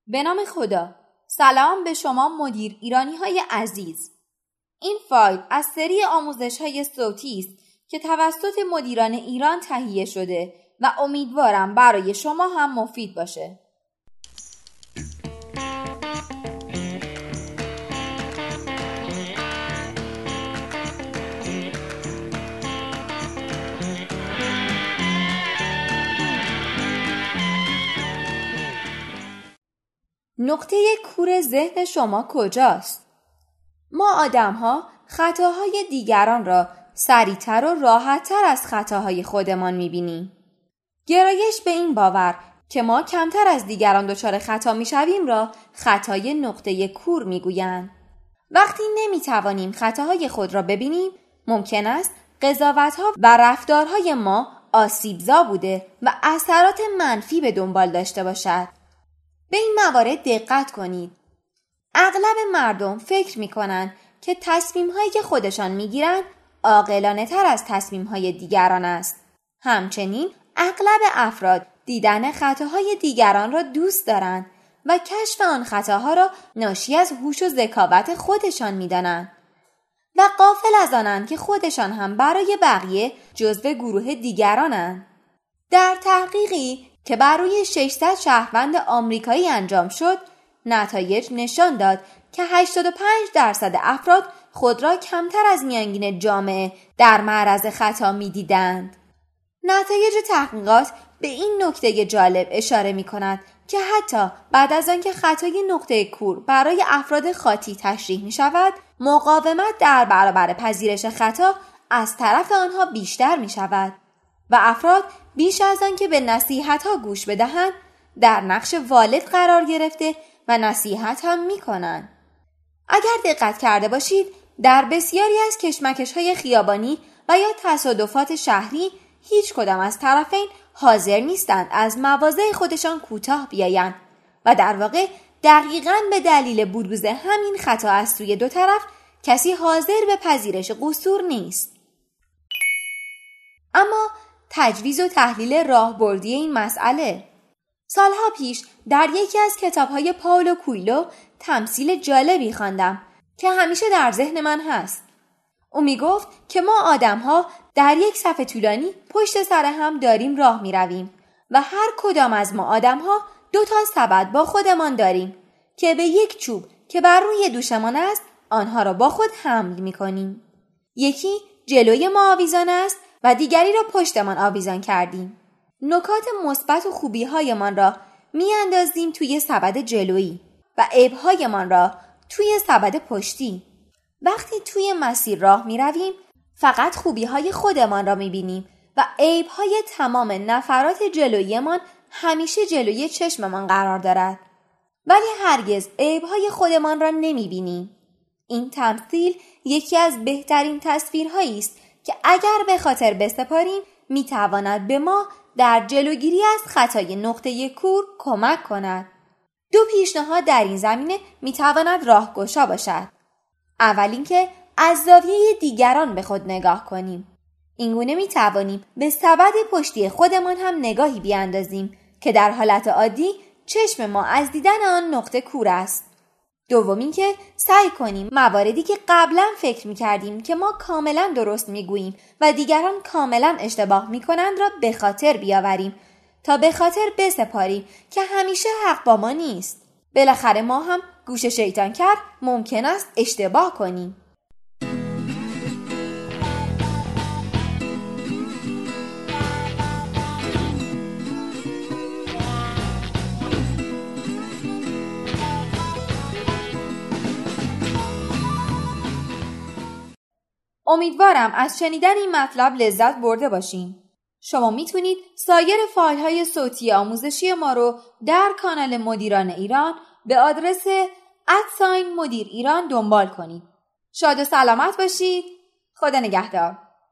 به نام خدا. سلام به شما مدیر ایرانی های عزیز. این فایل از سری آموزش های صوتی است که توسط مدیران ایران تهیه شده و امیدوارم برای شما هم مفید باشه. نقطه کور ذهن شما کجاست؟ ما آدم‌ها خطاهای دیگران را سریع‌تر و راحت‌تر از خطاهای خودمان می‌بینیم. گرایش به این باور که ما کمتر از دیگران دچار خطا می‌شویم را خطای نقطه کور می‌گویند. وقتی نمی‌توانیم خطاهای خود را ببینیم، ممکن است قضاوت‌ها و رفتارهای ما آسیبزا بوده و اثرات منفی به دنبال داشته باشد. به این موارد دقت کنید. اغلب مردم فکر می‌کنند که تصمیم‌هایی که خودشان می‌گیرند عاقلانه‌تر از تصمیم‌های دیگران است. همچنین اغلب افراد دیدن خطاهای دیگران را دوست دارند و کشف آن خطاها را ناشی از هوش و ذکاوت خودشان می‌دانند و غافل از آنند که خودشان هم برای بقیه جزو گروه دیگرانند. در تحقیقی که بر روی 600 شهروند آمریکایی انجام شد، نتایج نشان داد که 85% افراد خود را کمتر از میانگین جامعه در معرض خطا می‌دیدند. نتایج تحقیقات به این نکته جالب اشاره می‌کند که حتی بعد از آنکه خطای نقطه کور برای افراد خاطی تشریح می‌شود، مقاومت در برابر پذیرش خطا از طرف آنها بیشتر می‌شود و افراد بیش از آن که به نصیحت‌ها گوش بدهند در نقش والد قرار گرفته و نصیحت هم می‌کنند. اگر دقت کرده باشید، در بسیاری از کشمکش‌های خیابانی و یا تصادفات شهری هیچ کدام از طرفین حاضر نیستند از مواضع خودشان کوتاه بیایند و در واقع دقیقاً به دلیل بروز همین خطا از سوی دو طرف کسی حاضر به پذیرش قصور نیست. اما تجویز و تحلیل راهبردی این مسئله. سالها پیش در یکی از کتاب‌های پائولو کوئلو تمثیل جالبی خواندم که همیشه در ذهن من هست. او میگفت که ما آدم‌ها در یک صف طولانی پشت سر هم داریم راه می‌رویم و هر کدام از ما آدم‌ها 2 سبد با خودمان داریم که به یک چوب که بر روی دوشمان است آنها را با خود حمل می‌کنیم. یکی جلوی ما آویزان است و دیگری را پشتمان آویزان کردیم. نکات مثبت و خوبی‌هایمان را می‌اندازیم توی سبد جلویی و عیب‌هایمان را توی سبد پشتی. وقتی توی مسیر راه می‌رویم فقط خوبی‌های خودمان را می‌بینیم و عیب‌های تمام نفرات جلوییمان همیشه جلوی چشممان قرار دارد، ولی هرگز عیب‌های خودمان را نمی‌بینیم. این تمثیل یکی از بهترین تصویرهایی است که اگر به خاطر بسپاریم میتواند به ما در جلوگیری از خطای نقطه کور کمک کند. 2 پیشنهاد در این زمینه میتواند راهگشا باشد. اول اینکه از زاویه دیگران به خود نگاه کنیم. اینگونه میتوانیم به سبد پشتی خودمان هم نگاهی بیاندازیم که در حالت عادی چشم ما از دیدن آن نقطه کور است. دوم اینکه سعی کنیم مواردی که قبلا فکر می‌کردیم که ما کاملا درست می‌گوییم و دیگران کاملا اشتباه می‌کنند را به خاطر بیاوریم تا به خاطر بسپاریم که همیشه حق با ما نیست. بالاخره ما هم گوش شیطان کرد ممکن است اشتباه کنیم. امیدوارم از شنیدن این مطلب لذت برده باشین. شما میتونید سایر فایل‌های صوتی آموزشی ما رو در کانال مدیران ایران به آدرس @مدیر ایران دنبال کنید. شاد و سلامت باشید. خدا نگهدار.